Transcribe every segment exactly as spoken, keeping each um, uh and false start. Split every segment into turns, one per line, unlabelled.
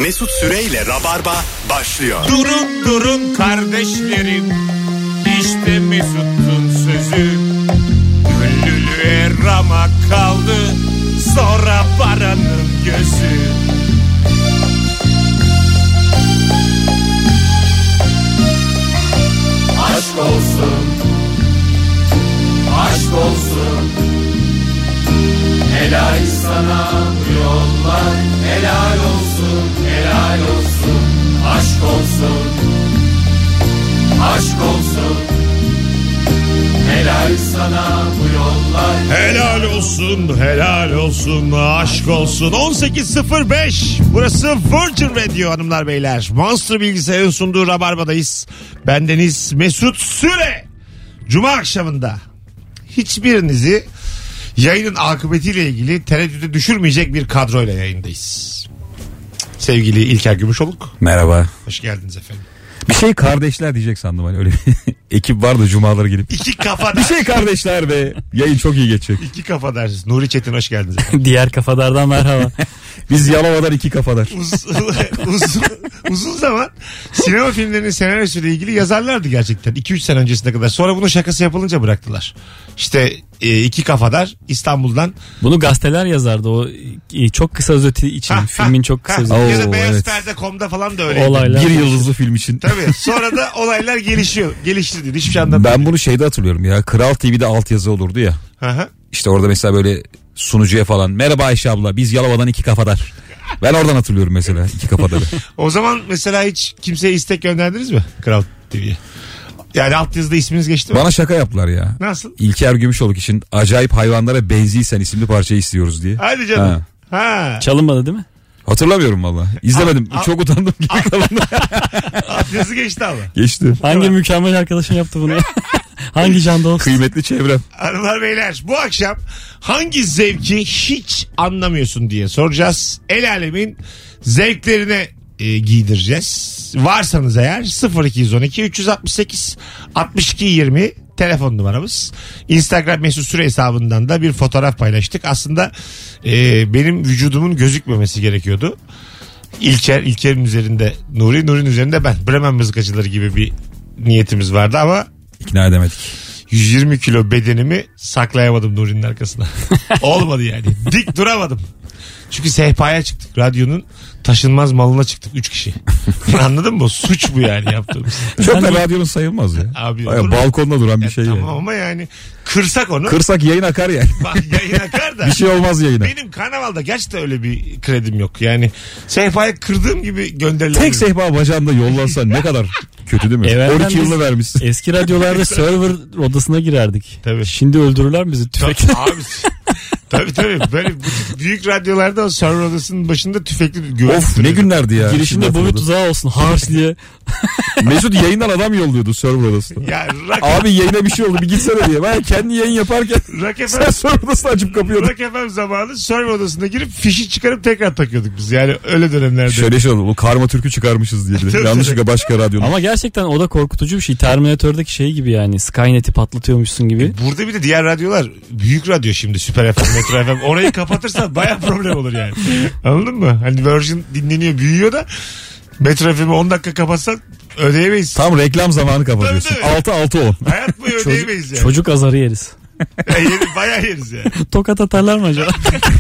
Mesut Süreyle Rabarba başlıyor.
Durun durun kardeşlerim, İşte Mesut'un sözü. Güllülüğe ramak kaldı, sonra paranın gözü. Aşk olsun, aşk olsun, helal sana bu yollar. Helal olsun, helal olsun, aşk olsun, aşk olsun, helal sana bu yollar. Helal olsun, helal olsun, aşk olsun. on sekiz sıfır beş burası Virgin Radio hanımlar beyler. Monster Bilgisayar'ın sunduğu Rabarba'dayız. Bendeniz Mesut Süre. Cuma akşamında hiçbirinizi yayının akıbetiyle ilgili tereddüte düşürmeyecek bir kadroyla yayındayız. Sevgili İlker Gümüşoluk.
Merhaba.
Hoş geldiniz efendim.
Bir şey kardeşler diyecek sandım, hani öyle bir ekip var da cumaları gelip.
İki kafadar.
Bir şey kardeşler be. Yayın çok iyi geçecek.
İki kafadar. Nuri Çetin hoş geldiniz efendim.
Diğer kafadardan merhaba.
Biz Yalova'dan iki kafadar.
Uz, uzun, uzun zaman sinema filmlerinin senaryosuyla ilgili yazarlardı gerçekten. iki üç sene öncesine kadar. Sonra bunun şakası yapılınca bıraktılar. İşte e, iki kafadar İstanbul'dan.
Bunu gazeteler yazardı. O e, çok kısa özeti için.
Ha,
filmin
ha,
çok kısa
ha.
özeti.
Ya da
Oo,
Beyaz
evet.
Perde nokta com'da falan da öyleydi.
Olaylar.
Bir yıldızlı film için.
Tabii. Sonra da olaylar gelişiyor. Gelişti diyor. Hiçbir şey anlatmıyor.
Ben bunu şeyde hatırlıyorum ya. Kral T V'de altyazı olurdu ya.
Hı hı.
İşte orada mesela böyle sunucuya falan. Merhaba Ayşe abla, biz Yalova'dan iki kafadar. Ben oradan hatırlıyorum mesela iki kafadarı.
O zaman mesela hiç kimseye istek gönderdiniz mi Kral T V'ye? Yani altyazıda isminiz geçti mi?
Bana şaka yaptılar ya.
Nasıl?
İlker Gümüşoluk için Acayip Hayvanlara Benziysen isimli parçayı istiyoruz diye.
Hadi canım. Ha. ha.
Çalınmadı değil mi?
Hatırlamıyorum valla. İzlemedim.
Al-
Çok utandım gibi kalındı.
Altyazı geçti ama.
Geçti.
Hangi mükemmel arkadaşın yaptı bunu? Hangi can dost?
Kıymetli çevrem.
Hanımlar beyler, bu akşam hangi zevki hiç anlamıyorsun diye soracağız. El alemin zevklerine e, giydireceğiz. Varsanız eğer sıfır iki on iki üç altı sekiz altmış iki yirmi telefon numaramız. Instagram Mesut Süre hesabından da bir fotoğraf paylaştık. Aslında e, benim vücudumun gözükmemesi gerekiyordu. İlker, İlker'in üzerinde Nuri, Nuri'nin üzerinde ben. Bremen mızıkacıları gibi bir niyetimiz vardı ama
İkna edemedik.
yüz yirmi kilo bedenimi saklayamadım Nuri'nin arkasına. Olmadı yani. Dik duramadım. Çünkü sehpaya çıktık. Radyonun taşınmaz malına çıktık. Üç kişi. Anladın mı? Suç bu yani yaptığımız.
Çok da radyonun sayılmaz ya.
Abi,
Bayağı
olur.
balkonda duran bir
Ya
şey
tamam
yani.
ama yani kırsak onu.
Kırsak yayın akar yani.
Bak yayın akar da.
Bir şey olmaz yayına.
Benim karnavalda gerçekten öyle bir kredim yok. Yani sehpaya kırdığım gibi gönderilen.
Tek sehpa bacağında yollansa ne kadar kötü değil mi?
Evvelden
on iki
biz-
yılını vermişsin.
Eski radyolarda server odasına girerdik.
Tabii.
Şimdi öldürürler bizi tüfekle.
Abi tabii tabii. Böyle bu büyük radyolarda o server odasının başında tüfekli güvenlik
Of ne
duruyordu.
günlerdi ya.
Girişinde
Şimdi
bu bir
hatırladım.
tuzağı olsun. Harç diye.
Mesut yayından adam yolluyordu server odasına.
Ya Rock,
Abi yayına bir şey oldu bir gitsene diye. Ben kendi yayın yaparken
Rock F M
sen server odasını açıp kapıyordun.
Rock F M zamanı server odasına girip fişi çıkarıp tekrar takıyorduk biz. Yani öyle dönemlerde.
Şöyle şey oldu. Bu karma türkü çıkarmışız diye.
Tabii,
Yanlışlıkla başka radyonun.
Ama gerçekten o da korkutucu bir şey. Terminator'daki şey gibi yani. Skynet'i patlatıyormuşsun gibi.
Burada bir de diğer radyolar büyük radyo şimdi Süper F M, Metro F M. Orayı kapatırsan baya problem olur yani. Anladın mı? Hani Virgin dinleniyor, büyüyor da Metro F M'i on dakika kapatsan ödeyemeyiz.
Tam reklam zamanı kapatıyorsun.
Tabii, tabii.
altı altı on.
Hayat boyu ödeyemeyiz yani.
Çocuk azarı yeriz.
Yani yeri- bayağı yeriz yani.
Tokat atarlar mı acaba?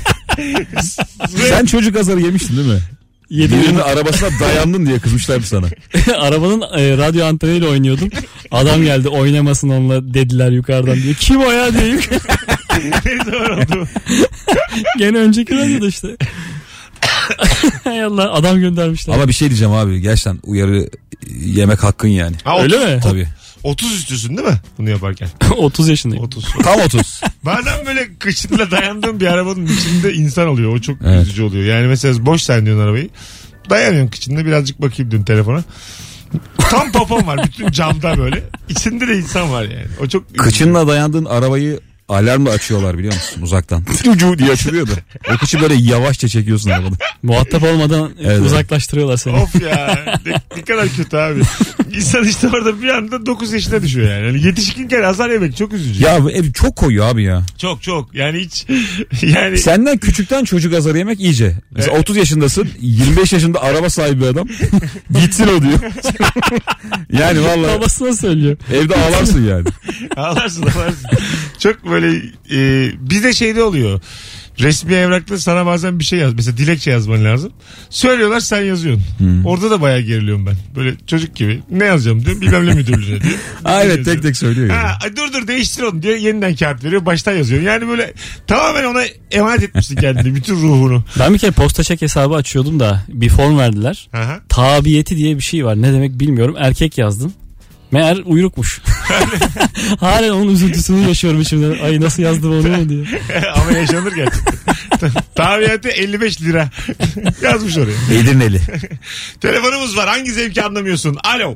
Sen çocuk azarı yemiştin değil mi?
Yedim.
Birinin arabasına dayandın diye kızmışlardı sana.
Arabanın e, radyo anteniyle oynuyordum. Adam geldi oynamasın onunla dediler yukarıdan diye. Kim o ya diye.
Ne zaman oldu?
Gene önceki radyoda işte. Hay Allah adam göndermişler.
Ama bir şey diyeceğim abi. Gerçekten uyarı yemek hakkın yani.
Ha,
Öyle
otuz
mi?
Tabii.
otuz üstüsün değil mi bunu yaparken?
otuz yaşındayım.
otuz.
Tam otuz.
Bazen böyle kışında dayandığım bir arabanın içinde insan oluyor. O çok
Evet.
üzücü oluyor. Yani mesela boş sen diyorsun arabayı. Dayanıyorsun kıçında birazcık bakayım diyorsun telefona. Tam popom var bütün camda böyle. İçinde de insan var yani. O çok üzücü.
Kıçınla dayandığın arabayı alarmla açıyorlar biliyor musun uzaktan. Cucu diye açılıyordu. O kıçı böyle yavaşça çekiyorsun arabada.
Muhatap olmadan
Evet,
uzaklaştırıyorlar seni.
Of ya ne, ne kadar kötü abi. İnsan işte orada bir anda dokuz yaşına düşüyor yani. yani yetişkinken azar yemek çok üzücü.
Ya bu ev çok koyuyor abi ya.
Çok çok yani hiç yani.
Senden küçükten çocuk azarı yemek iyice. Mesela
Evet.
otuz yaşındasın, yirmi beş yaşında araba sahibi bir adam. Gitsin o diyor. Yani vallahi
Babasına söylüyor.
evde ağlarsın yani.
Ağlarsın ağlarsın. Çok böyle e, bizde şeyde oluyor. Resmi evrakta sana bazen bir şey yaz. Mesela dilekçe yazman lazım. Söylüyorlar sen yazıyorsun.
Hmm.
Orada da bayağı geriliyorum ben. Böyle çocuk gibi. Ne yazacağım diyor. Bilmem ne müdürlüğüne diyor.
Ha, evet tek tek söylüyor yani.
Ha, dur dur değiştir onu diyor. Yeniden kağıt veriyor. Baştan yazıyor. Yani böyle tamamen ona emanet etmişsin kendini. Bütün ruhunu.
Ben bir kere posta çek hesabı açıyordum da bir form verdiler.
Aha.
Tabiyeti diye bir şey var. Ne demek bilmiyorum. Erkek yazdım. Meğer uyrukmuş. Halen onun üzüntüsünü yaşıyorum içimde. Ay nasıl yazdım onu mu diye.
Ama yaşanır gerçekten. Tabiyatı elli beş lira. Yazmış oraya.
Edirneli.
Telefonumuz var. Hangi zevki anlamıyorsun? Alo.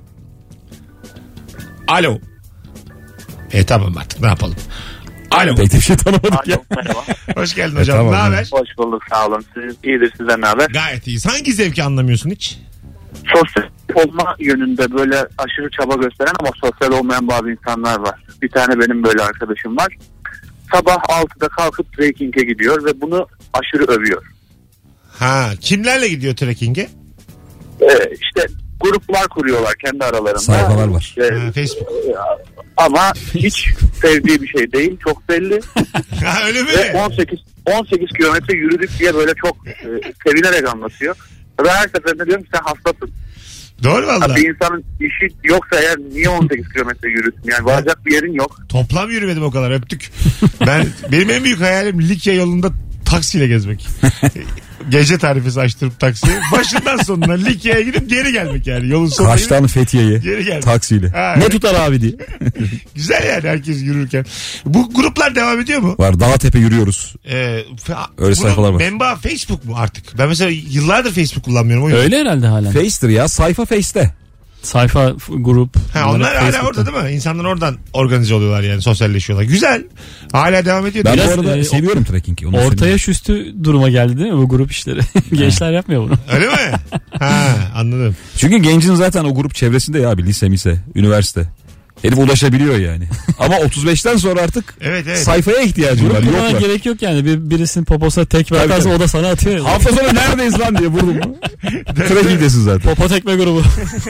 Alo. E tamam artık ne yapalım. Alo.
Pek de bir şey tanımadık ya.
Alo, merhaba.
Hoş geldin
E,
hocam.
tamam,
ne haber?
Hoş bulduk, sağ olun. Siz iyidir, sizden ne haber?
Gayet iyiyiz. Hangi zevki anlamıyorsun hiç?
Sosyal olma yönünde böyle aşırı çaba gösteren ama sosyal olmayan bazı insanlar var. Bir tane benim böyle arkadaşım var. Sabah altıda kalkıp trekking'e gidiyor ve bunu aşırı övüyor.
Ha, kimlerle gidiyor trekking'e?
Ee, işte gruplar kuruyorlar kendi aralarında.
Sayfalar var.
İşte,
Ha, Facebook.
ama hiç sevdiği bir şey değil, çok belli.
Ha, öyle mi?
Ve on sekiz on sekiz kilometre yürüdük diye böyle çok e, sevinerek anlatıyor. Ve her seferinde diyorum ki sen hastasın.
Doğru valla.
Bir insanın işi yoksa eğer niye on sekiz kilometre yürüsün? Yani varacak bir yerin yok.
Toplam yürümedim o kadar öptük. Ben benim en büyük hayalim Likya yolunda taksiyle gezmek. Gece tarifesi açtırıp taksiye. Başından sonuna Likya'ya gidip geri gelmek yani. Yolun sonuna gidip
Kaçtan Fethiye'ye
geri gelmek.
taksiyle.
Ha,
Ne
evet.
tutar abi diye.
Güzel yani herkes yürürken. Bu gruplar devam ediyor mu?
Var dağ tepe yürüyoruz.
Ee, fe-
Öyle
bunun
sayfalar var.
Menba Facebook mu artık? Ben mesela yıllardır Facebook kullanmıyorum. O yüzden.
Öyle herhalde halen.
Face'tir ya, sayfa Face'te.
Sayfa, f- grup.
Ha,
bunlar
onlar
hep
hala
Facebook'ta.
orada değil mi? İnsanlar oradan organize oluyorlar yani sosyalleşiyorlar. Güzel. Hala devam ediyor.
Ben
Biraz-
bu arada
e,
seviyorum trekking'i. onu
Orta
seviyorum.
yaş üstü duruma geldi değil mi bu grup işleri? Gençler yapmıyor bunu.
Öyle mi? Ha, anladım.
Çünkü gencin zaten o grup çevresinde ya bir lise mise, üniversite. Herif ulaşabiliyor yani. Ama otuz beşten sonra artık
Evet evet.
sayfaya ihtiyacı var.
Grup
Yok
kurmana
var.
gerek yok yani. Bir, birisinin poposuna tekme
Tabii,
atarsa
tabii.
o da sana atıyor. ya.
Hafta sonu neredeyiz lan diye vurdum mu? Trekking'desin zaten.
Popo tekme grubu.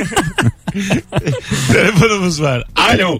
Telefonumuz var. Alo.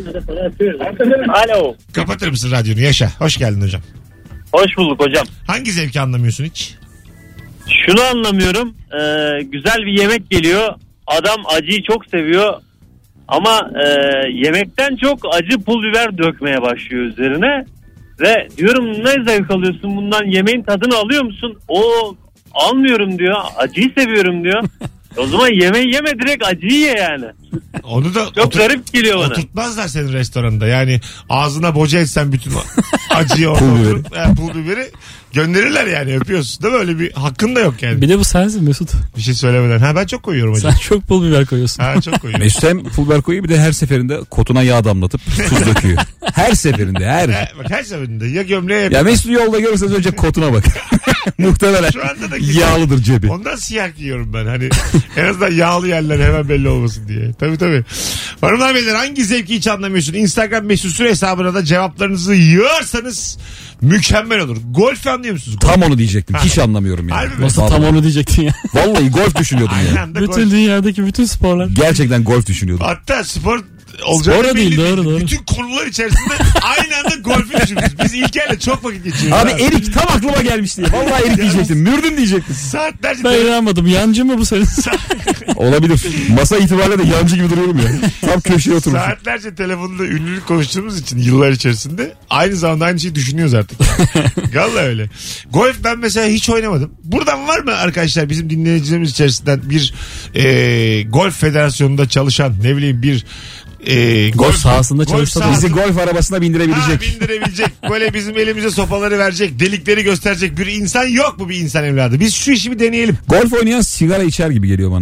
Alo.
Kapatır mısın radyonu? Yaşa. Hoş geldin hocam.
Hoş bulduk hocam.
Hangi zevki anlamıyorsun hiç?
Şunu anlamıyorum. Ee, güzel bir yemek geliyor. Adam acıyı çok seviyor. Ama e, yemekten çok acı pul biber dökmeye başlıyor üzerine. Ve diyorum ne zevk alıyorsun bundan, yemeğin tadını alıyor musun? O almıyorum diyor. Acıyı seviyorum diyor. O zaman yemeği yeme, direkt acıyı ye yani.
Onu da
Çok
otur-
garip geliyor bana.
oturtmazlar senin restoranda. Yani ağzına boca etsen bütün acıyı orada
Pul biberi.
oturup, e, pul biberi gönderirler yani, öpüyorsun değil mi? Öyle bir hakkın da yok yani.
Bir de bu sensin Mesut.
Bir şey söylemeden. Ha, ben çok koyuyorum hocam.
Sen çok pul biber koyuyorsun.
Ha, çok koyuyorum.
Mesut hem pul biber koyuyor, bir de her seferinde kotuna yağ damlatıp tuz döküyor. Her seferinde her.
Ha, bak her seferinde ya gömleğe
Ya Mesut'u yolda görürseniz önce kotuna bak. Muhtemelen
Şu anda da
yağlıdır cebi.
ondan siyah giyiyorum ben. Hani en azından yağlı yerler hemen belli olmasın diye. Tabii tabii. Hanımlar beyler, hangi zevki hiç anlamıyorsun? Instagram Mesut Süre hesabına da cevaplarınızı yığarsanız mükemmel olur. Golf anlıyor musunuz? Golf.
Tam onu diyecektim. Hiç anlamıyorum yani.
Harbi mi?
Nasıl tam onu diyecektin ya.
Vallahi golf düşünüyordum
Aynı
ya.
anda
Bütün
golf.
dünyadaki bütün sporlar.
Gerçekten golf düşünüyordum.
Hatta spor olacak.
Spor da değil, doğru, doğru.
Bütün konular içerisinde aynı anda golfü düşünüyoruz. Biz İlker'le çok vakit geçiriyoruz.
Abi erik tam aklıma gelmişti ya. Vallahi erik diyecektim. Mürdüm diyecektim.
Saatlerce
Ben
telefon-
inanmadım. Yancı mı bu senin?
Olabilir. Masa itibariyle de yancı gibi duruyorum ya. Tam köşeye oturmuşum.
Saatlerce telefonda ünlülük konuştuğumuz için yıllar içerisinde aynı zamanda aynı şeyi düşünüyoruz artık. Vallahi öyle. Golf ben mesela hiç oynamadım. Buradan var mı arkadaşlar bizim dinleyicilerimiz içerisinden bir e, golf federasyonunda çalışan, ne bileyim bir e,
Golf sahasında çalışsa da
Bizi golf arabasına
Ha,
bindirebilecek.
bindirebilecek. Böyle bizim elimize sopaları verecek, delikleri gösterecek bir insan yok mu, bir insan evladı? Biz şu işi bir deneyelim.
Golf oynayan sigara içer gibi geliyor bana ya.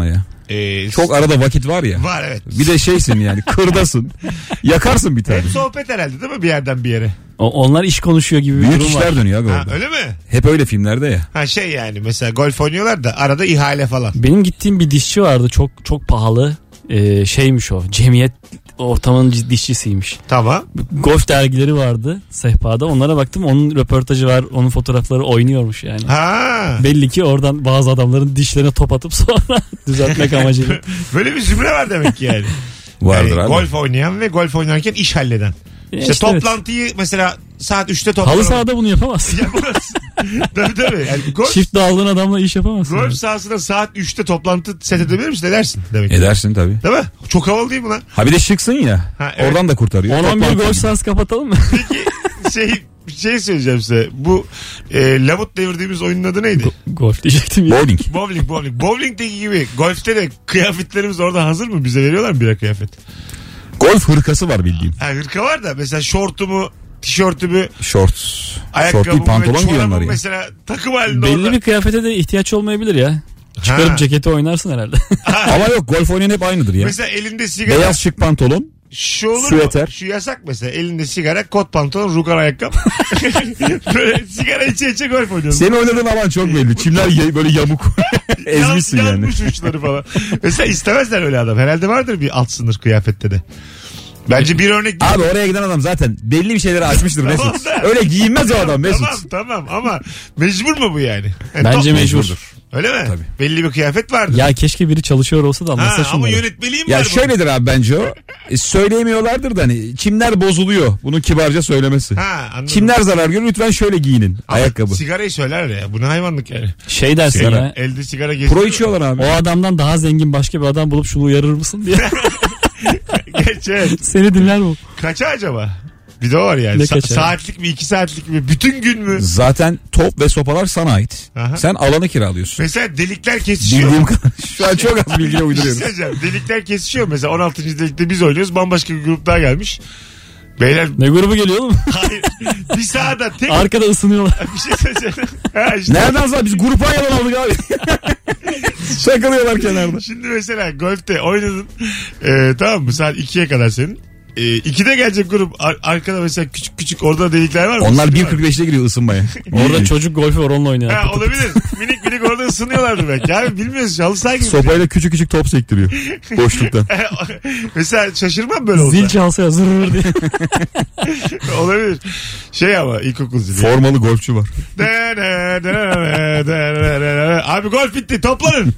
Ee,
Çok arada vakit var ya.
Var evet.
Bir de şeysin yani kırdasın. Yakarsın bir tane.
Hep sohbet herhalde değil mi bir yerden bir yere?
O, onlar iş konuşuyor gibi bir
Büyük
durum
işler
var.
dönüyor abi
Ha,
orada.
öyle mi?
Hep öyle filmlerde ya.
Ha şey yani mesela golf oynuyorlar da arada ihale falan.
Benim gittiğim bir dişçi vardı çok çok pahalı. Ee, şeymiş o, cemiyet ortamının dişçisiymiş.
Tamam.
Golf dergileri vardı sehpada, onlara baktım, onun röportajı var, onun fotoğrafları oynuyormuş yani.
Ha.
Belli ki oradan bazı adamların dişlerine top atıp sonra düzeltmek amacıyla.
Böyle bir zümre var demek ki yani.
Vardır
Yani
abi.
golf oynayan ve golf oynarken iş halleden. İşte,
işte evet.
toplantıyı mesela saat üçte toplanalım.
Halı sahada bunu yapamazsın.
Yapamazsın. Tabii tabii. Yani golf,
Çift dağıldığın adamla iş yapamazsın.
golf
yani.
sahasında saat üçte toplantı set edebilir misin? Edersin demek ki.
Edersin tabii.
Değil mi? Çok havalı değil mi lan?
Ha bir de şıksın ya.
Ha, evet.
Oradan da kurtarıyor.
on on bir
Toplantı.
golf sahası kapatalım mı?
Peki şey şey söyleyeceğim size. Bu e, labut devirdiğimiz oyunun adı neydi?
Golf diyecektim ya.
Bowling.
Bowling, bowling. Bowling'deki gibi golfte de kıyafetlerimiz orada hazır mı? Bize veriyorlar mı birer kıyafet?
Golf hırkası var bildiğim.
Ha hırka var da mesela şortumu, tişörtümü,
Short. Short
ayakkabımı
değil
ve
pantolon giyiyorlar
çorabımı
ya.
mesela takım halinde
Belli
orada.
bir kıyafete de ihtiyaç olmayabilir ya. Çıkarıp
Ha.
ceketi oynarsın herhalde.
Ama yok golf oynayan hep aynıdır ya.
Mesela elinde sigara.
Beyaz şık pantolon.
Şu olur
süveter.
mu? Şu yasak mesela. Elinde sigara, kot pantolon, rugan ayakkabı. Böyle sigara içe içe golf oynuyorsun.
Senin oynadığın alan çok belli. Çimler ya- böyle yamuk. Ezmişsin
Yan-
yani.
Yanmış uçları falan. Mesela istemezler öyle adam. Herhalde vardır bir alt sınır kıyafette de. Bence bir örnek değil.
Abi oraya giden adam zaten belli bir şeyleri açmıştır
Tamam
Mesut.
da.
Öyle giyinmez o adam Mesut.
Tamam tamam ama mecbur mu bu yani? Yani
Bence
top-
mecbur.
Öyle mi?
Tabii.
Belli bir kıyafet vardır.
Ya keşke biri çalışıyor olsa da
ha,
anlasa
ama
şunları.
yönetmeliğim
Ya
var.
şöyledir abi bence o. E, söyleyemiyorlardır da hani çimler bozuluyor. Bunu kibarca söylemesi.
Ha, anladım.
Çimler zarar görür lütfen şöyle giyinin.
Ama
Ayakkabı.
Sigarayı söyler ya. Bu ne hayvanlık yani.
Şey dersin
Sigara.
ya.
Elde sigara geziyor.
Pro içiyorlar abi.
O adamdan daha zengin başka bir adam bulup şunu uyarır mısın diye.
Geç evet.
Seni dinler bu.
Kaça acaba? Bir de o var yani.
Ne
Sa-
kaça?
saatlik mi, iki saatlik mi? Bütün gün mü?
Zaten top ve sopalar sana ait.
Aha.
Sen alanı kiralıyorsun.
Mesela delikler kesişiyor.
Bildiğim kadar. Şu an çok az bilgiyle
Bir şey
uyduruyorum.
söyleyeceğim. Delikler kesişiyor. Mesela on altıncı delikte biz oynuyoruz. Bambaşka bir grup daha gelmiş. Beyler
Ne grubu geliyor oğlum?
hayır. Bir sahada tek
Arkada ısınıyorlar.
bir şey söyleyeceğim. Ha işte.
Nereden sonra biz grup yalan aldık abi. Şakalıyorlar kenarda.
Şimdi mesela golfte oynadın. Ee, tamam mı? Saat ikiye kadar senin. Ee, ikide gelecek grup. Ar- arkada mesela küçük küçük orada delikler var mı?
Onlar
Isınıyorlar.
bir kırk beşte giriyor ısınmaya.
Orada çocuk golfü var onunla oynuyor.
Ha, olabilir. Minik minik orada ısınıyorlardı belki. Abi bilmiyoruz. Halı saha gibi.
Sopayla küçük küçük top sektiriyor. Boşluktan.
Mesela şaşırmam böyle olsa.
Zil çalsa ya zırrır diye.
Olabilir. Şey ama ilkokul zili.
Formalı golfçü var.
Abi golf bitti toplanın.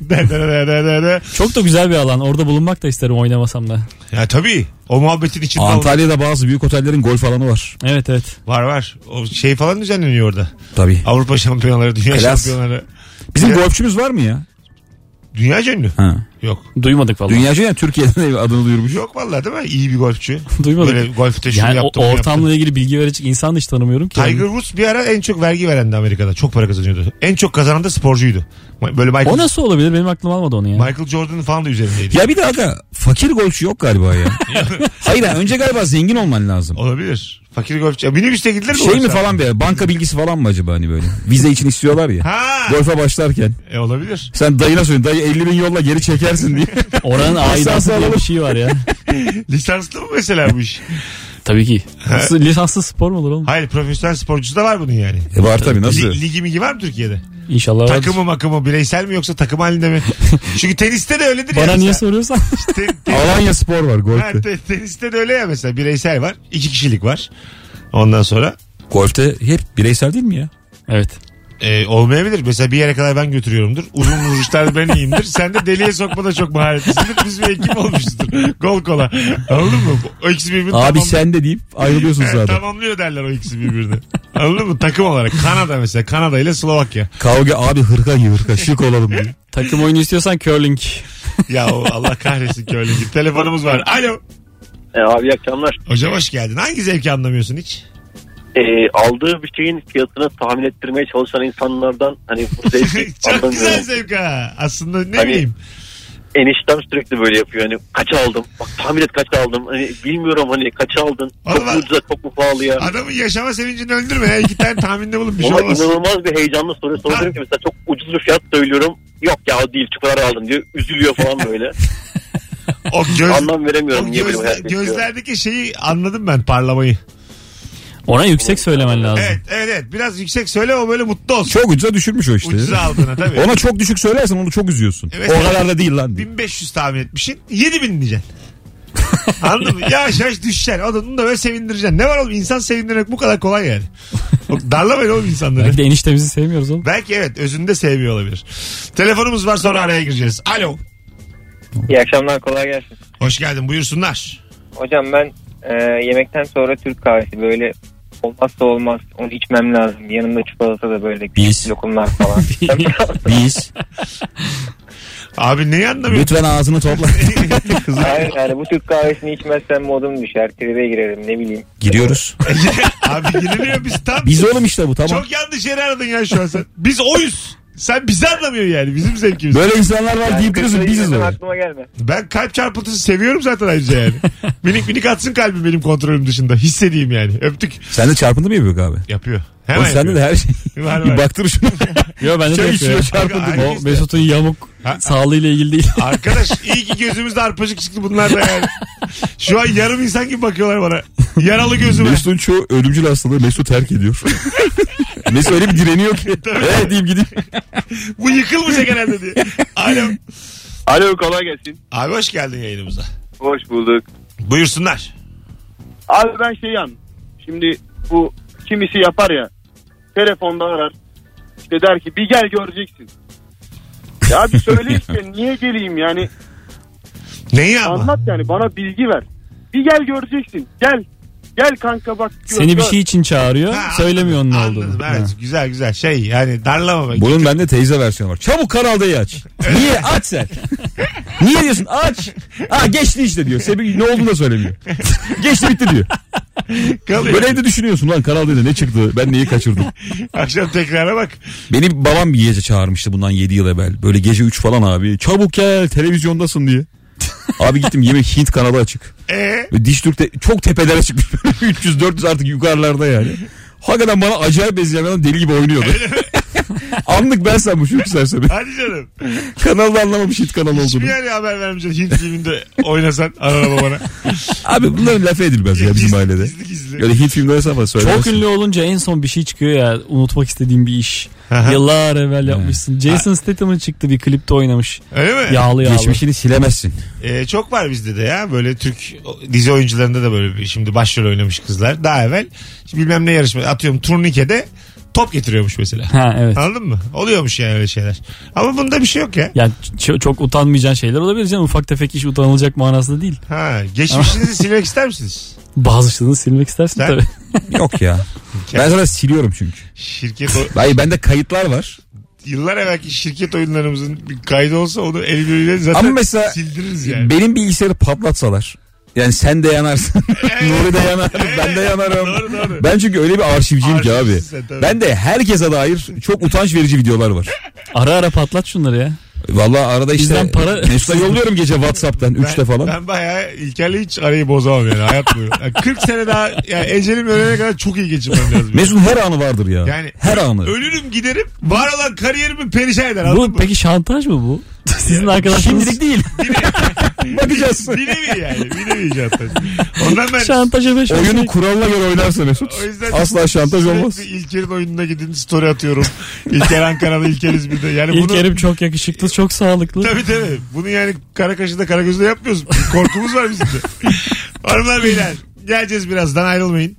Çok da güzel bir alan. Orada bulunmak da isterim oynamasam da.
Ya tabii. O muhabbetin içinde olmak.
Antalya'da bazı büyük otellerin golf alanı var.
Evet evet.
Var var. O şey falan düzenleniyor orada.
Tabii.
Avrupa şampiyonaları, dünya
Klas.
şampiyonları.
Bizim
Ya-
golfçümüz var mı ya?
Dünya ünlü.
Ha.
Yok.
Duymadık vallahi.
Dünyacı yani Türkiye'den adını duyurmuş.
Yok vallahi değil mi? İyi bir golfçü.
Duymadık.
Böyle golfte şunu
Yani o
yaptım. bunu
ortamla
yaptım.
ilgili bilgi verecek insan da hiç tanımıyorum ki.
Tiger Woods bir ara en çok vergi verendi Amerika'da. Çok para kazanıyordu. En çok kazanan da sporcuydu. Böyle Michael,
O nasıl olabilir? Benim aklım almadı onu ya.
Michael Jordan'ın falan da üzerindeydi.
Ya bir de aga fakir golfçü yok galiba ya. Hayır yani önce galiba zengin olman lazım.
Olabilir. Fakir golfçü. Ya minibüste gidilir mi?
Şey
golf
mi
sahasına?
falan bir banka bilgisi falan mı acaba hani böyle? Vize için istiyorlar ya.
Ha.
Golfe başlarken.
E olabilir.
Sen dayına söyle dayı elli bin yolla geri çekersin diye.
Oranın aidatı diye bir şey var ya.
Lisanslı mı mesela bu iş?
Tabii ki. Nasıl, lisanslı spor mu olur oğlum?
Hayır profesyonel sporcusu da var bunun yani.
E var tabii nasıl?
Li- ligi migi var mı Türkiye'de?
İnşallah vardır.
Takımı makımı bireysel mi yoksa takım halinde mi? Çünkü teniste de öyledir ya.
Bana niye
mesela.
soruyorsan?
Te- te-
Alanya Spor var
ha,
golfte.
te- teniste de öyle ya mesela bireysel var. İki kişilik var. Ondan sonra
Golfte hep bireysel değil mi ya?
Evet.
e, olmayabilir. Mesela bir yere kadar ben götürüyorumdur. Uzun vuruşlarda ben iyiyimdir. Sen de deliğe sokmada çok maharetlisindir. Biz bir ekip olmuşuzdur. Gol kola. Anladın mı? O ikisi birbirini
Abi
tamam-
sen de deyip ayrılıyorsun
Evet,
zaten.
tamamlıyor derler o ikisi birbirini. Anladın mı? Takım olarak. Kanada mesela. Kanada ile Slovakya.
Kavga abi hırka giy hırka şık olalım diye.
Takım oyunu istiyorsan curling.
Ya o Allah kahretsin ki öyle gibi. Telefonumuz var. Alo.
E, abi iyi akşamlar.
Hocam hoş geldin. Hangi zevki anlamıyorsun hiç?
E, aldığı bir şeyin fiyatını tahmin ettirmeye çalışan insanlardan hani bu zevki
Çok
anlamıyorum.
güzel zevk ha. Aslında ne
Hani-
bileyim.
Eniştem sürekli böyle yapıyor. Hani kaça aldım? Bak tahmin et kaça aldım. Hani bilmiyorum hani kaça aldın? Çok
Vallahi-
mu ucuza çok mu pahalıya?
Adamın yaşama sevincini öldürme ya. İki tane tahminde bulun bir şey
Ona
olmaz.
inanılmaz bir heyecanla soruyor. Sonra
Ha.
diyorum ki mesela çok ucuz bir fiyat söylüyorum. yok ya o değil şu kadar aldım diyor. Üzülüyor falan böyle.
O göz,
Anlam veremiyorum.
o
Niye
göz,
böyle
gözlerdeki şeyi anladım ben, parlamayı.
Ona yüksek söylemen lazım.
Evet evet evet, biraz yüksek söyle, o böyle mutlu olsun.
Çok ucuza düşürmüş o işte.
Ucuza aldığına tabii.
Ona çok düşük söylersen onu çok üzüyorsun.
Evet,
o kadar da değil lan diye.
bin beş yüz tahmin etmişsin, yedi bin diyeceksin. Anladın mı? Yavaş yavaş düşeceksin. Onu da böyle sevindireceksin. Ne var oğlum, insan sevindirmek bu kadar kolay yani. Darlamayın oğlum insanları.
Belki de eniştemizi sevmiyoruz oğlum.
Belki evet, özünde sevmiyor olabilir. Telefonumuz var, sonra araya gireceğiz. Alo.
İyi akşamlar, kolay gelsin.
Hoş geldin, buyursunlar.
Hocam ben e, yemekten sonra Türk kahvesi böyle olmazsa olmaz, onu içmem lazım. Yanımda çikolata da böyle
Biz.
lokumlar falan.
Biz.
Abi neyi anlamıyorsun?
Lütfen ağzını topla.
Hayır yani bu Türk kahvesini içmezsem modum düşer. Tribe girerim, ne bileyim.
Giriyoruz.
Abi giriliyor, biz tam.
Biz oğlum işte bu, tamam.
Çok yanlış yere aradın ya şu an sen. Biz oyuz. Sen bizi anlamıyorsun yani, bizim zevkimiz.
Böyle insanlar var deyip duruyorsun, biziz o.
Aklıma gelme.
Ben kalp çarpıntısı seviyorum zaten ayrıca yani. minik minik atsın kalbim benim kontrolüm dışında. Hissedeyim yani. Öptük.
Sen de çarpıntı mı yapıyor abi?
Yapıyor.
Hemen
Hemen
sende de her şey.
Var, var.
Bir baktır şuna.
Yo bende de
Çay
yapıyor.
içiyor, çarpıntı.
Aga,
O Mesut'un yamuk
Ha?
sağlığıyla ilgili değil.
Arkadaş iyi ki gözümüzde arpacık çıktı bunlar da yani. Şu an yarım insan gibi bakıyorlar bana. Yaralı gözüme.
Mesut'un çoğu ölümcül hastalığı Mesut terk ediyor. Mesut öyle bir direniyor ki. Evet diyeyim gideyim.
Bu yıkılmayacak herhalde diye. Alo.
Alo, kolay gelsin.
Abi hoş geldin yayınımıza.
Hoş bulduk.
Buyursunlar.
Abi ben şey yan. Şimdi bu kimisi yapar ya. Telefonda arar. İşte der ki bir gel göreceksin. Ya bir söyle işte, niye geleyim yani.
Neyi ama?
Anlat yani, bana bilgi ver. Bir gel göreceksin. Gel. Gel kanka bak.
Seni bir şey için çağırıyor.
Ha,
söylemiyor onun ne
anladım,
olduğunu.
Evet,
Ha.
güzel güzel şey yani, darlama.
Bunun bende teyze versiyonu var. Çabuk Kanal D'yi aç. Niye? Aç sen. Niye diyorsun? Aç. Ha geçti işte diyor. Sebebi ne olduğunu da söylemiyor. Geçti bitti diyor.
Kalıyor.
Böyle evde düşünüyorsun lan, Kanal D'de ne çıktı? Ben neyi kaçırdım?
Akşam tekrara bak.
Beni babam bir gece çağırmıştı bundan yedi yıl evvel. Böyle gece üç falan abi. Çabuk gel televizyondasın diye. Abi gittim, yemek Hint kanalı açık.
Eee?
Ve Diş Türk'te çok tepelere çıkmış. üç yüz dört yüz artık yukarılarda yani. Hakikaten bana acayip benzeyen deli gibi oynuyordu. Anlık ben sanmış şu serseri.
Hadi canım.
Kanalda anlamamış Hint kanalı
Hiçbir
olduğunu.
yere haber vermeyeceksin. Hint filminde oynasan araba bana.
Abi bunların lafı edilmez ya bizim
Gizli,
ailede.
Gizli gizli.
Öyle Hint filmde oynasam ama söylemezsin.
Çok ünlü olunca en son bir şey çıkıyor ya, unutmak istediğim bir iş.
Aha.
Yıllar evvel yapmışsın. Jason Statham'ın çıktı, bir klipte oynamış.
Öyle mi?
Yağlı yağlı.
Geçmişini silemezsin.
Ee, çok var bizde de ya. Böyle Türk dizi oyuncularında da böyle bir, şimdi başrol oynamış kızlar. Daha evvel bilmem ne yarışma, atıyorum turnikede top getiriyormuş mesela.
Ha evet.
Anladın mı? Oluyormuş yani öyle şeyler. Ama bunda bir şey yok ya.
Yani ç- çok utanmayacağın şeyler olabilir canım. Ufak tefek iş utanılacak manasında değil.
Ha, geçmişinizi silmek ister misiniz?
Bazılarını silmek istersin
Sen-
tabii.
Yok ya. Ben zaten siliyorum çünkü.
Şirket o,
Hayır, bende kayıtlar var.
yıllar evvelki şirket oyunlarımızın bir kaydı olsa onu el birliğiyle zaten
Ama mesela
sildiririz yani.
benim bilgisayarı patlatsalar. Yani sen de yanarsın. Nuri de yanar. Ben de yanarım.
Doğru, doğru.
Ben çünkü öyle bir arşivciyim ki abi.
Arşivcisin sen, tabii.
Ben de herkese dair çok utanç verici videolar var.
Ara ara patlat şunları ya.
Vallahi arada işte
Bizden para-
Mesut'a yolluyorum gece WhatsApp'tan üçte falan.
Ben bayağı İlker'le hiç arayı bozamam yani hayat boyu. Yani kırk sene daha yani ecelim ölene kadar çok iyi geçirmem lazım.
Mesut'un her anı vardır ya.
Yani
her anı.
Ölürüm giderim, var olan kariyerimi perişan eder. anladın
Bu
mı?
peki şantaj mı bu? Sizin arkadaşınız
Şimdilik değil. Bakacağız.
Bir nevi yani. Bir nevi şantaj. Ondan ben
şantaja beş
Oyunun kuralına göre oynarsa Mesut.
o yüzden
Asla şantaj olmaz.
sürekli İlker'in oyununa gidin story atıyorum. İlker Ankara'da, İlker İzmir'de. Yani bunu
İlker'im çok yakışıklı, çok sağlıklı.
tabii tabii. Bunu yani Karakaşı'da Karagöz'de yapmıyoruz. Korkumuz var bizim de. Hanımlar beyler, geleceğiz birazdan, ayrılmayın.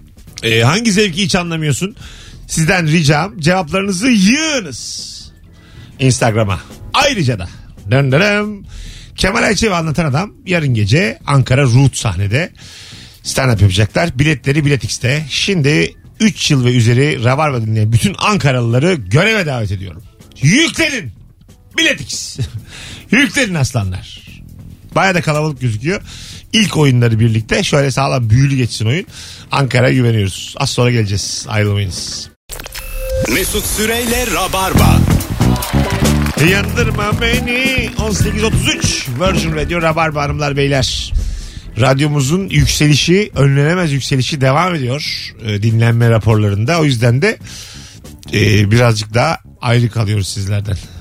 Ee, hangi zevki hiç anlamıyorsun? Sizden ricam cevaplarınızı yığınız Instagram'a. Ayrıca da dön dön. Kemal Ayçi ve Anlatan Adam yarın gece Ankara Root sahnede stand-up yapacaklar. Biletleri Bilet X'te. Şimdi üç yıl ve üzeri Rabarba dinleyen bütün Ankaralıları göreve davet ediyorum. Yüklenin. Bilet X. Yüklenin aslanlar. Baya da kalabalık gözüküyor. İlk oyunları birlikte şöyle sağlam büyülü geçsin oyun. Ankara'ya güveniyoruz. Az sonra geleceğiz. Ayrılmayınız.
Mesut Süreyle Rabarba.
Yandırma beni. on sekiz otuz üç Virgin Radio Rabarba hanımlar beyler. Radyomuzun yükselişi, önlenemez yükselişi devam ediyor e, dinlenme raporlarında. O yüzden de e, birazcık daha ayrı kalıyoruz sizlerden.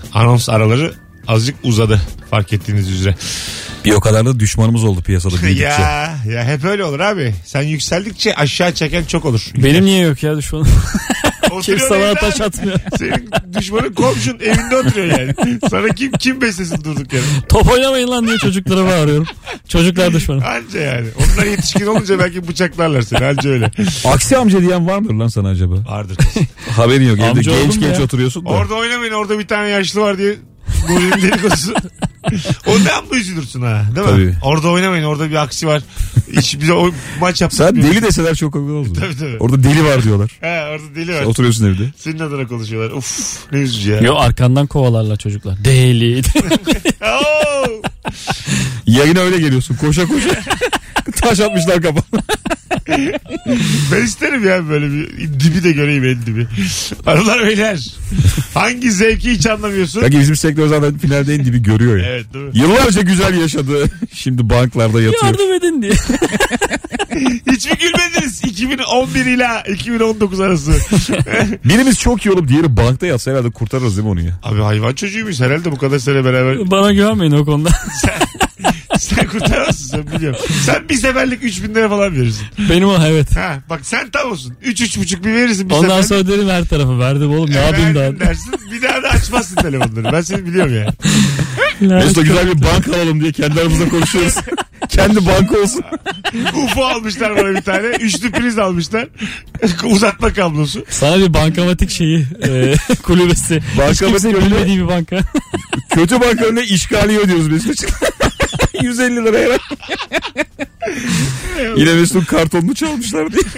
anons araları azıcık uzadı fark ettiğiniz üzere.
Bir o kadar da düşmanımız oldu piyasada büyüdükçe.
ya, ya hep öyle olur abi. Sen yükseldikçe aşağı çeken çok olur.
Benim niye yok ya düşmanım? Kim
Oturuyor
sana
evde
taş
abi.
atmıyor.
Senin düşmanın komşun evinde oturuyor yani. Sana kim kim beslesin durduk yere.
Top oynamayın lan diye çocuklara bağırıyorum. Çocuklar düşmanım.
Anca yani. Onlar yetişkin olunca belki bıçaklarlar seni. Anca öyle.
Aksi amca diyen var mıdır lan sana acaba?
Vardır kesin.
Haberin yok. Evde
Amca
genç
oldum
genç
ya.
oturuyorsun da.
Orada oynamayın, orada bir tane yaşlı var diye Nuri'nin dedikodusu. Ondan mı üzülürsün ha? Değil mi?
Tabii.
Orada oynamayın, orada bir aksi var. Hiç bize o maç yaptık.
Sen deli deseler çok komik oldu.
Tabii, tabii.
Orada deli var diyorlar.
He, orada deli var.
Sen oturuyorsun evde.
Senin adına konuşuyorlar. Uf, ne üzücü ya.
Yo, arkandan kovalarlar çocuklar. Deli.
Oo!
Yayına öyle geliyorsun koşa koşa. Taş atmışlar kafana.
Ben isterim ya böyle bir dibi de göreyim, en dibi. Hanımlar beyler, hangi zevki hiç anlamıyorsun?
Belki bizim sektör zaten finalde en dibi görüyor ya.
Evet, değil mi?
Yıllarca güzel yaşadı. Şimdi banklarda yatıyor.
Yardım edin diye.
Hiç mi gülmediniz iki bin on bir ile iki bin on dokuz arası?
Birimiz çok iyi olup diğeri bankta yatsa herhalde kurtarırız değil mi onu ya?
Abi hayvan çocuğuymuş herhalde bu kadar sene beraber.
Bana güvenmeyin o konuda.
Sen kurtaramazsın, sen biliyorum. Sen bir seferlik üç bin lira falan verirsin.
Benim o, evet.
Ha, bak sen tam olsun. üç üç buçuk bir verirsin bir
Ondan
seferlik.
sonra derim her tarafı verdim oğlum, ne
E,
yapayım
verdim
daha.
dersin. Bir daha da açmazsın telefonları. Ben seni biliyorum yani.
Mesut'a güzel bir bank alalım diye kendi aramızda konuşuyoruz. Kendi banka olsun.
U F O almışlar bana bir tane. Üçlü priz almışlar. Uzatma kablosu.
Sana bir bankamatik şeyi e, kulübesi. Hiç
Bankamatik
kimsenin
kulübe-
bilmediği bir banka.
Kötü bankanın işgali ödüyoruz Mesut. yüz elli liraya. Yine Mesut'un kartonunu çalmışlar diye.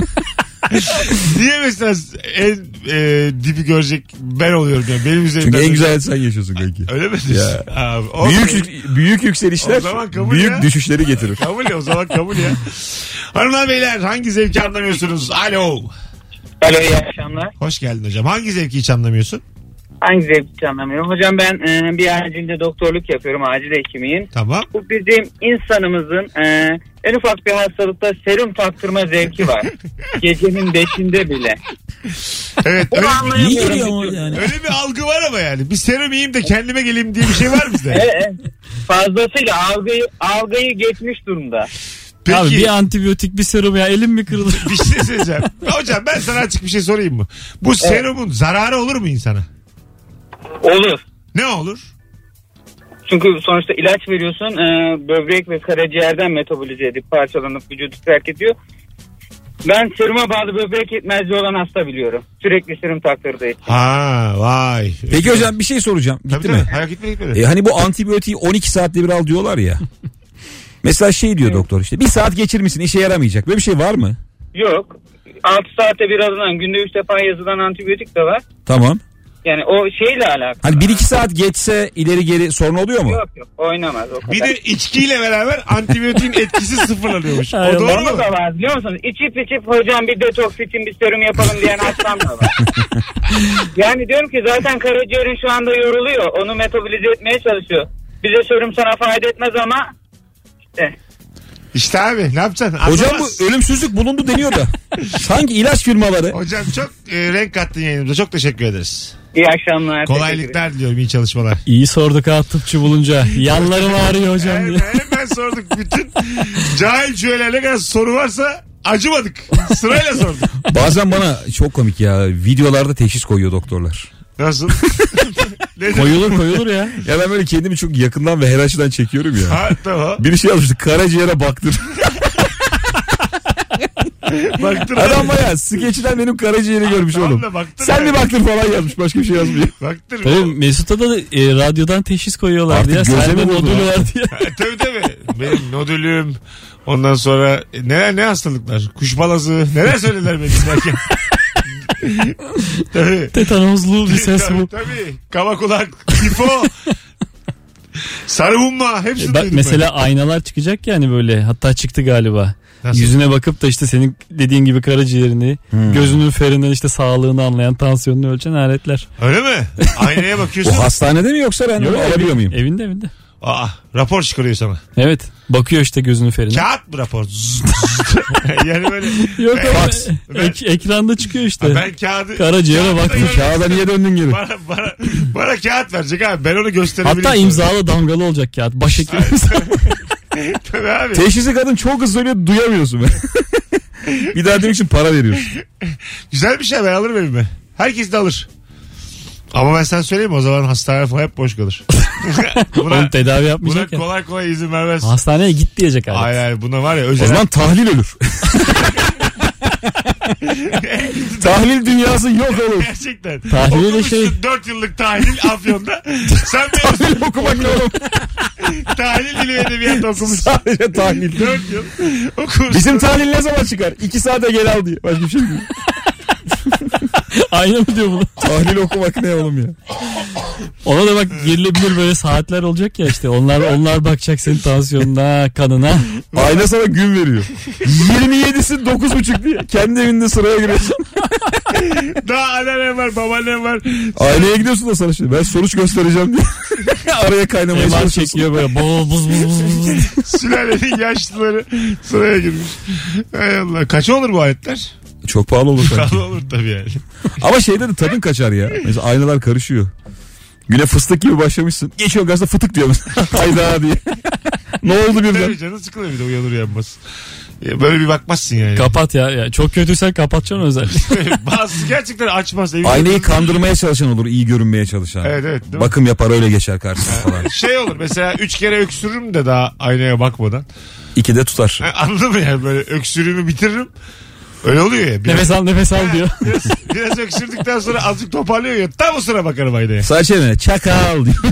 Niye mesela en e, dibi görecek ben oluyorum yani. Benim üzerimden.
Çünkü en güzel sen yaşıyorsun kanki.
Öyle mi diyorsun?
Ya.
Abi, o
Büyük yük- büyük yükselişler
O zaman kabul
büyük
ya.
düşüşleri getirir.
Kabul ya, o zaman kabul ya. Hanımlar beyler, hangi zevki anlamıyorsunuz? Alo.
Alo, iyi akşamlar.
Hoş geldin hocam. Hangi zevki hiç anlamıyorsun?
Hangi zevki anlamıyorum? Hocam ben e, bir acilde doktorluk yapıyorum. Acil hekimiyim.
Tamam.
Bu bizim insanımızın e, en ufak bir hastalıkta serum taktırma zevki var. Gecenin beşinde bile.
Evet.
Onu
Öyle,
anlayamıyorum.
geliyor ama yani.
öyle bir algı var ama yani. Bir serum yiyeyim de kendime geleyim diye bir şey var bizde.
Evet, evet. Fazlasıyla algıyı, algıyı geçmiş durumda.
Peki.
Abi bir antibiyotik, bir serum, ya elim mi kırılır?
Bir şey söyleyeceğim. Hocam ben sana açık bir şey sorayım mı? Bu serumun zararı olur mu insana?
Olur.
Ne olur?
Çünkü sonuçta ilaç veriyorsun, e, böbrek ve karaciğerden metabolize edip parçalanıp vücudu terk ediyor. Ben seruma bağlı böbrek yetmezliği olan hasta biliyorum. Sürekli serum taktırdığı için.
Ha, vay.
Peki hocam bir şey soracağım.
Tabii,
Gitti
tabii.
mi?
Hayır, gitmedi gitmedi.
E, hani bu antibiyotiği on iki saatte bir al diyorlar ya. Mesela şey diyor doktor işte bir saat geçirmişsin işe yaramayacak. Böyle bir şey var mı?
Yok. altı saatte bir alınan, günde üç defa yazılan antibiyotik de var.
Tamam.
Yani o şeyle alakalı.
Hani bir iki saat geçse ileri geri sorun oluyor mu?
Yok yok, oynamaz o kadar.
Bir de içkiyle beraber antibiyotiğin etkisi sıfırlanıyormuş. O
Hay
doğru
Onda
mu?
da var biliyor musunuz? İçip içip hocam bir detoks için bir serum yapalım diyen hastam da var. Yani diyorum ki zaten karaciğerin şu anda yoruluyor. Onu metabolize etmeye çalışıyor. Bize serum sana fayda etmez ama işte.
İşte abi ne yapacaksın?
Hocam
Anlamaz.
bu ölümsüzlük bulundu deniyor da. Sanki ilaç firmaları.
Hocam çok e, renk kattın yayınımıza. Çok teşekkür ederiz.
İyi akşamlar.
Kolaylıklar diliyorum. İyi çalışmalar.
İyi sorduk ha tıpçı bulunca. Yanlarım ağrıyor hocam
Hemen,
diye.
hemen sorduk. Bütün cahil cühelerle ne kadar soru varsa acımadık. Sırayla sorduk.
Bazen bana çok komik ya videolarda teşhis koyuyor doktorlar.
Nasıl? Nedir?
Koyulur koyulur ya.
Ya ben böyle kendimi çok yakından ve her açıdan çekiyorum ya.
Ha tamam.
Bir şey yazmıştı karaciğere baktır.
Baktır.
Adam bayağı skeçten benim karaciğeri görmüş
Tamam
oğlum.
da baktır
Sen
yani.
bir baktır falan yazmış başka bir şey yazmıyor.
Baktır.
Tabii Mesut'a da e, radyodan teşhis koyuyorlardı
Artık
ya.
gözleme
Sende
buldu
nodülü
ha.
var diye.
Ha, tabii tabii. Benim nodülüm. Ondan sonra e, neler ne hastalıklar? Kuş balazı. Neler söylediler benim derken. tabii.
Tetanozlu bir ses
tabii,
bu.
tabii. Kaba kulak. Tifo. Sarı humma. Hepsini
E, Bak
duydum
mesela aynalar çıkacak yani böyle. Hatta çıktı galiba.
Nasıl?
Yüzüne bakıp da işte senin dediğin gibi karaciğerini,
Hmm.
gözünün ferinden işte sağlığını anlayan, tansiyonunu ölçen aletler.
ben. Öyle mi? Aynaya bakıyorsun.
O hastanede mi yoksa ben
Yok,
onu alabiliyor muyum?
Evinde evinde.
Aa, rapor çıkarıyor sana.
Evet. Bakıyor işte gözünün ferine.
Kağıt mı rapor? Yani böyle.
Yok
Ben-
ama
ben-
ek- ekranda çıkıyor işte.
Ben kağıdı...
Karaciğere
kağıtta
baktım.
görmek
Kağıda niye döndün geri?
Bana, bana, bana kağıt verecek abi. Ben onu gösterebilirim.
Hatta imzalı damgalı olacak kağıt. Başhekim.
Tabii abi.
Teşhisi kadın çok hızlı söylüyor, duyamıyorsun. Bir daha demek için para veriyorsun.
Güzel bir şey, ben alırım evime. Herkes de alır. Ama ben sana söyleyeyim, o zaman hastane falan hep boş kalır. buna,
Onu tedavi
buna
yapmayacak ya.
kolay kolay izin vermez.
Hastaneye git diyecek abi.
Hayır hayır, buna var ya
O
özel.
zaman tahlil ölür. Tahlil dünyası yok olur.
Gerçekten.
Tahlil de
Okumuşsun
şey-
dört yıllık tahlil Afyon'da. Sen mezun.
Tahlil okumak ne oğlum?
Tahlil dili ve edebiyat okumuşsun.
Sadece tahlil.
dört yıl okumuşsun.
Bizim tahlil ne zaman çıkar? İki saate gel al diye. Başka bir şey değil.
Aynı mı diyor bunu?
Tahlil okumak ne oğlum ya?
Ona da bak girilebilir böyle saatler olacak ya işte. Onlar onlar bakacak senin tansiyonuna, kanına.
Ayna sana gün veriyor. yirmi yedisi dokuz buçuk diye. Kendi evinde sıraya giriyorsun.
Daha anneannem var, babaannem var.
Aynaya gidiyorsun da sana şey. Ben sonuç göstereceğim diye. Araya kaynamaya
M R
çalışıyorsun.
çekiyor böyle buz buz buz buz.
Sülalenin yaşlıları sıraya girmiş. Hay Allah. Kaç olur bu aletler?
Çok pahalı olur sanki.
Pahalı olur tabii yani.
Ama şeyde de tadın kaçar ya. Mesela aynalar karışıyor. Güne fıstık gibi başlamışsın. Geçiyor gazda fıtık diyor mesela. Hayda diye. Ne oldu birden?
Tabii canın sıkılır bir de uyanır uyanmaz. Ya böyle bir bakmazsın yani.
Kapat ya. ya. Çok kötüysen kapatacaksın özellikle.
Bazısı gerçekten açmaz. Evinde
Aynayı kandırmaya çalışan olur. İyi görünmeye çalışan.
Evet, evet, değil mi?
Bakım yapar öyle geçer karşısına falan.
Şey olur mesela, üç kere öksürürüm de daha aynaya bakmadan.
İki de tutar.
Ha, anladın mı yani, böyle öksürüğümü bitiririm. Öyle oluyor ya. Biraz,
nefes al nefes al diyor.
biraz, biraz öksürdükten sonra azıcık toparlıyor ya. Tam o sıra bakarım aynaya.
Sadece ne? Çakal diyor.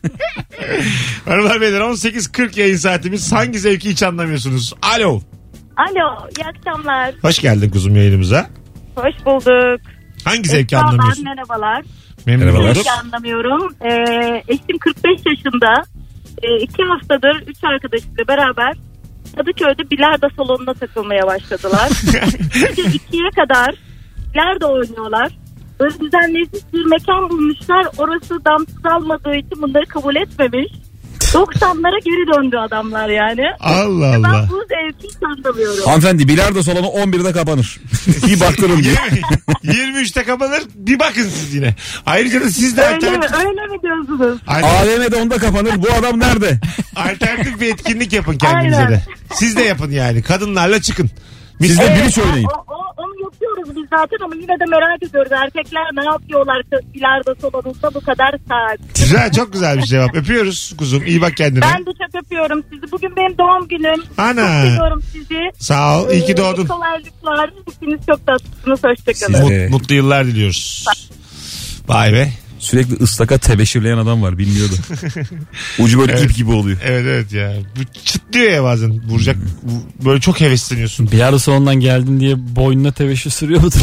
Hanımlar beyler, on sekiz kırk yayın saatimiz. Hangi zevki hiç anlamıyorsunuz? Alo.
Alo, iyi akşamlar.
Hoş geldin kuzum yayınımıza.
Hoş bulduk.
Hangi zevki
Esra,
anlamıyorsun?
ben merhabalar.
Memnun
Merhabalar.
olduk.
Zevki anlamıyorum. Ee, eşim kırk beş yaşında. Ee, iki haftadır üç arkadaşıyla beraber Kadıköy'de bilardo salonuna takılmaya başladılar. Gece ikiye kadar bilardo oynuyorlar. Böyle düzenleyici bir mekan bulmuşlar. Orası damsız almadığı için bunları kabul etmemiş. doksanlara geri döndü adamlar yani.
Allah
Ben
Allah.
bu zevki hiç anlamıyorum.
Hanımefendi bilardo salonu on birde kapanır. Bir baktırın diye.
yirmi üçte kapanır. Bir bakın siz yine. Ayrıca da siz de
Öyle mi?
alternatif,
Öyle mi diyorsunuz?
alternatif,
A V M'de onda kapanır. Bu adam nerede?
alternatif bir etkinlik yapın kendinize
Aynen.
de. Siz de yapın yani. Kadınlarla çıkın.
Siz de
Evet,
biriç oynayın.
O, o, onu yapıyoruz biz zaten ama yine de merak ediyoruz. Erkekler ne yapıyorlar bilardo salonunda bu kadar saat?
Güzel, çok güzel bir cevap. Öpüyoruz kuzum. İyi bak kendine.
Ben de çok öpüyorum sizi. Bugün benim doğum günüm.
Ana.
Çok seviyorum sizi.
Sağ ol. İyi ki
Ee,
doğdun.
Kolaylıklar. Hepiniz çok tatlısınız. Hoşçakalın.
Siz-
Mut-
Evet.
mutlu yıllar diliyoruz. Vay be.
Sürekli ıstaka tebeşirleyen adam var, bilmiyordu. Ucu böyle
Evet.
ip gibi oluyor.
Evet evet ya. Bu çıtlıyor ya bazen. Vuracak. Bu- Böyle çok hevesleniyorsun.
Bilardo salonundan geldin diye boynuna tebeşir sürüyor mudur?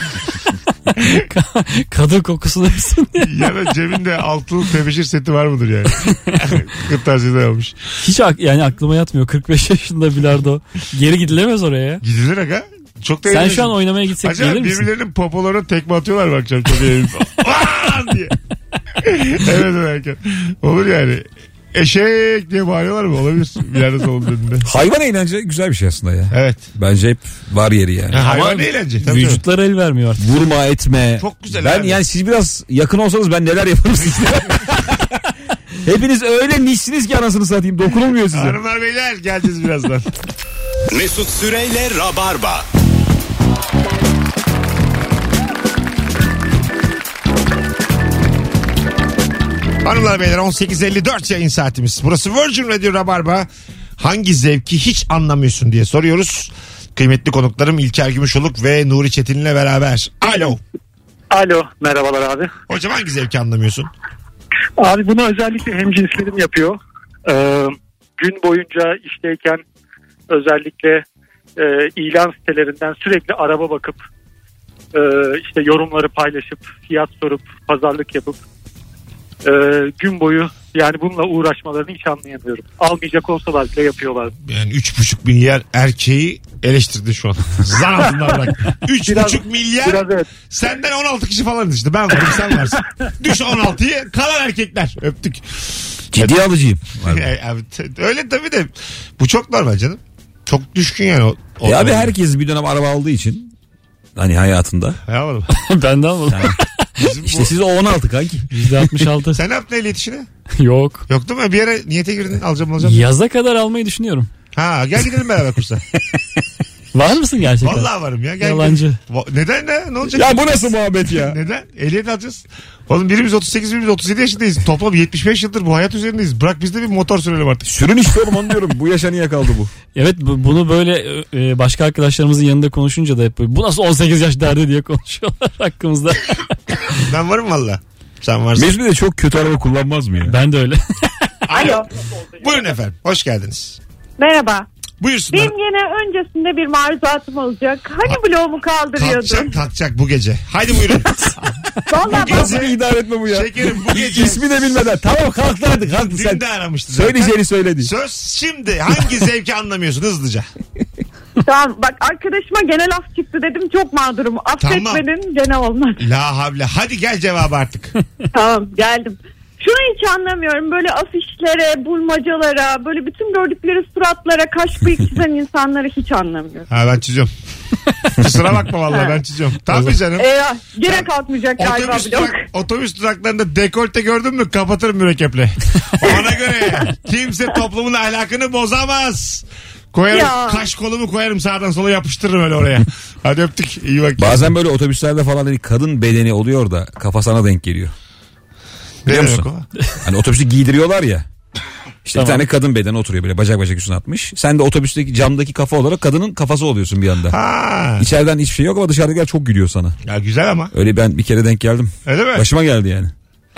Kadın kokusunu hepsin diye.
Ya da cebinde altılı tebeşir seti var mıdır yani? Kırtasiyede almış.
Hiç ak- yani aklıma yatmıyor. kırk beş yaşında bilardo. Geri gidilemez oraya ya.
Gidilir aga. Çok da
Sen
eğlenceli.
şu an oynamaya gitsek
Acaba
gelir misin?
birbirlerinin popolarına tekme atıyorlar bak akşam çok eğlenceli. Vaaah diye. Evet öyle. Olur yani. Eşek diye bağırıyorlar mı? Olabilir. Bir yerde salon önünde.
Hayvan eğlence güzel bir şey aslında ya.
Evet.
Bence hep var yeri yani.
Ha, hayvan
Ama
eğlence. Tabii
Vücutlar el vermiyor artık.
Vurma etme.
Çok güzel
Ben
abi.
yani siz biraz yakın olsanız ben neler yaparım size. Hepiniz öyle nişsiniz ki anasını satayım. Dokunulmuyor size.
Hanımlar beyler geleceğiz birazdan.
Mesut Süreyle Rabarba.
Hanımlar beyler on sekiz elli dört yayın saatimiz. Burası Virgin Radio Rabarba. Hangi zevki hiç anlamıyorsun diye soruyoruz. Kıymetli konuklarım İlker Gümüşoluk ve Nuri Çetin'le beraber. Alo.
Alo, merhabalar abi.
Hocam hangi zevki anlamıyorsun?
Abi bunu özellikle hemcinslerim yapıyor. Ee, gün boyunca işteyken özellikle e, ilan sitelerinden sürekli araba bakıp e, işte yorumları paylaşıp fiyat sorup pazarlık yapıp e, gün boyu Yani bununla uğraşmalarını hiç anlayamıyorum. Almayacak olsalar bile yapıyorlar.
Yani üç buçuk milyar erkeği eleştirdin şu an. Zan altında bırak. üç buçuk milyar
biraz evet.
Senden on altı kişi falanız işte. Ben varım, sen varsın. Düş on altıyı, kalan erkekler. Öptük.
Ciddi alıcıyım.
Öyle tabii de bu çok normal canım. Çok düşkün yani. O, o
e abi herkes bir dönem araba aldığı için hani hayatında.
Ya oğlum.
Ben de almadım.
Yani, işte siz o on altı kanki.
yüzde altmış altı.
Sen ne yaptın ehliyet işini?
Yok.
Yok değil mi? Bir yere niyete girdin, alacağım alacağım.
Yaza kadar almayı düşünüyorum.
Ha gel gidelim beraber kursa.
Var mısın gerçekten?
Vallahi varım ya. Gel
Yalancı.
gidelim. Neden ne? Ne olacak?
Ya bu nasıl muhabbet ya?
Neden? Ehliyet alacağız. Oğlum birimiz otuz sekiz, birimiz otuz yedi yaşındayız. Toplam yetmiş beş yıldır bu hayat üzerindeyiz. Bırak biz de bir motor sürelim artık.
Sürün işte oğlum, onu diyorum. Bu yaşa niye kaldı bu?
Evet, bu- bunu böyle e, başka arkadaşlarımızın yanında konuşunca da hep böyle, bu nasıl on sekiz yaş derdi diye konuşuyorlar hakkımızda.
Ben varım valla. Sen varsın.
Mecnun de çok kötü araba kullanmaz mı ya?
Ben de öyle.
Alo. Buyurun efendim. Hoş geldiniz.
Merhaba.
Buyursunlar.
Benim yine öncesinde bir maruzatım olacak. Hani bloğumu kaldırıyordun?
Kalkacak kalkacak bu gece. Haydi buyurun.
Vallahi
Nasıl bir idare etme bu ya?
Şekerim bu gece.
İsmi de bilmeden. Tamam kalktı hadi kalktı
Dün
sen.
de aramıştı zaten.
Söyleyeceğini söyledi.
Söz şimdi hangi zevki anlamıyorsun hızlıca?
tamam bak, arkadaşıma gene laf çıktı dedim, çok mağdurum. Affetmedin, gene olmaz.
La havle. Hadi gel cevabı artık.
Tamam, geldim. Şunu hiç anlamıyorum, böyle afişlere, bulmacalara, böyle bütün gördükleri suratlara kaş bıyık çizen insanları hiç anlamıyorum.
Ha ben çiziyorum. Kusura bakma vallahi ben çiziyorum. Tabii canım.
Eyvah, gene kalkmayacak galiba
Otobüs,
blok.
durak, otobüs duraklarında dekolte gördün mü kapatırım mürekkeple. Ona göre kimse toplumun ahlakını bozamaz. Koyarım
Ya.
kaş kolumu koyarım sağdan sola yapıştırırım öyle oraya. Hadi öptük, iyi bak.
Bazen böyle otobüslerde falan hani kadın bedeni oluyor da kafa sana denk geliyor. Biliyor
Ne
musun?
demek o?
Hani otobüsü giydiriyorlar ya. İşte
Tamam.
bir tane kadın bedeni oturuyor böyle bacak bacak üstüne atmış. Sen de otobüsteki camdaki kafa olarak kadının kafası oluyorsun bir anda.
Ha.
İçeriden hiçbir şey yok ama dışarıdakiler çok gülüyor sana.
Ya güzel ama.
Öyle ben bir kere denk geldim.
Öyle mi?
Başıma geldi yani.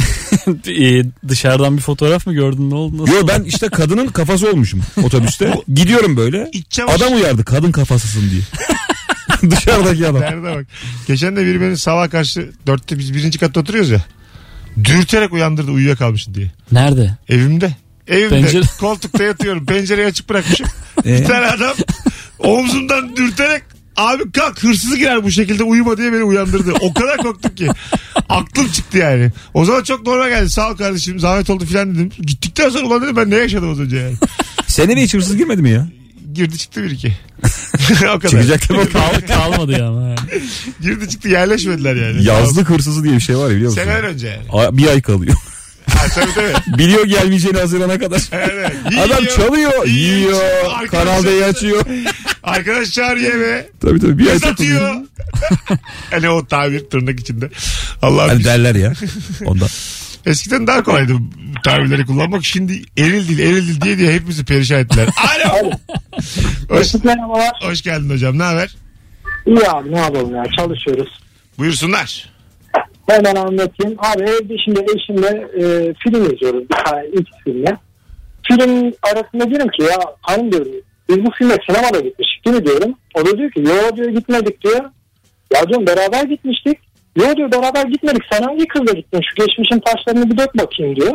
e, dışarıdan bir fotoğraf mı gördün, ne oldu? Nasıl?
Yo ben işte kadının kafası olmuşum otobüste. Gidiyorum böyle.
İç çamaşır-
Adam uyardı kadın kafasısın diye. Dışarıdaki adam.
Nerede bak. Geçen de biri beni sabah karşı dörtte biz birinci katta oturuyoruz ya. Dürterek uyandırdı uyuyakalmışsın diye.
Nerede?
Evimde. Evimde
Pencere-
koltukta yatıyorum. Pencereyi açık bırakmışım.
Ee?
Bir tane adam omzumdan dürterek abi kalk hırsız girer bu şekilde uyuma diye beni uyandırdı. O kadar korktum ki. Aklım çıktı yani. O zaman çok normal geldi. Sağ ol kardeşim zahmet oldu filan dedim. Gittikten sonra ulan dedim ben ne yaşadım az önce yani.
Senin hiç hırsız girmedi mi ya?
Girdi çıktı bir iki. O kadar.
Çıkacak tabii.
Kal, kalmadı ya ama. Yani.
Girdi çıktı yerleşmediler yani.
Yazlık hırsızı diye bir şey var ya, biliyor musun?
Seneler önce yani.
A- Bir ay kalıyor.
Ha, tabii tabii.
Biliyor gelmeyeceğini Haziran'a kadar.
Evet.
Adam
Yiyor,
çalıyor,
yiyor,
yiyor,
içiyor,
Kanal
arkadaş-
D'yi açıyor.
Arkadaş çağırıyor eve.
Tabii tabii bir ay
Kız
takılıyor.
atıyor. Hani o tabir tırnak içinde. Allah'ım.
Hani derler ya. Ondan.
Eskiden daha kolaydı bu tabirleri kullanmak. Şimdi eril dil eril dil diye diye hepimizi perişan ettiler. Alo. hoş,
Merhabalar.
hoş geldin hocam, ne haber?
İyi abi, ne yapalım ya, çalışıyoruz.
Buyursunlar.
Hemen anlatayım. Abi evde şimdi eşimle e, film izliyoruz. Bir tane ilk filmi. Film arasında diyorum ki ya hanım diyorum, biz bu filme sinemada gitmiştik değil mi diyorum. O da diyor ki yo diyor gitmedik diyor. Ya diyorum beraber gitmiştik. Yo diyor beraber gitmedik, sen hangi kızla gittin, şu geçmişin taşlarını bir dök bakayım diyor.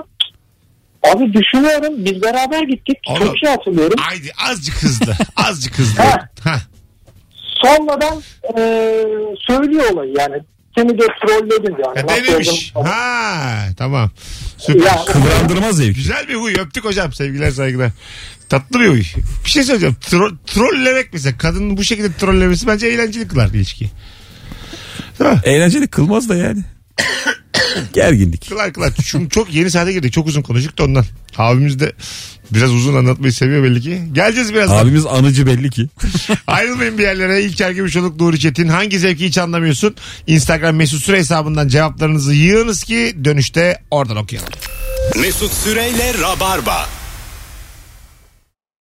Abi düşünüyorum, biz beraber gittik.
Oğlum,
çok iyi hatırlıyorum.
Haydi azıcık hızlı. Azıcık hızlı.
Ha.
Ha.
Sonradan e, söylüyor olayı yani. Seni de trolledim yani.
Ya
Nasıl
denemiş.
oldum?
Ha, tamam. Süper.
Ya,
Kıvrandırma zevki.
Güzel bir huy. Öptük hocam. Sevgiler saygılar. Tatlı bir huy. Bir şey söyleyeceğim. Tro- trollemek mesela. Kadının bu şekilde trollemesi bence eğlenceli kılar ilişkiyi. Değil mi?
Eğlenceli kılmaz da yani. Gerginlik.
Kılar kılar. Çünkü çok yeni saate girdik. Çok uzun konuştuk da ondan. Abimiz de biraz uzun anlatmayı seviyor belli ki. Geleceğiz birazdan.
Abimiz anıcı belli ki.
Ayrılmayın bir yerlere. İlker Gümüşoluk, Nuri Çetin. Hangi zevki hiç anlamıyorsun? Instagram Mesut Süre hesabından cevaplarınızı yığınız ki dönüşte oradan okuyalım.
Mesut Süreyle Rabarba.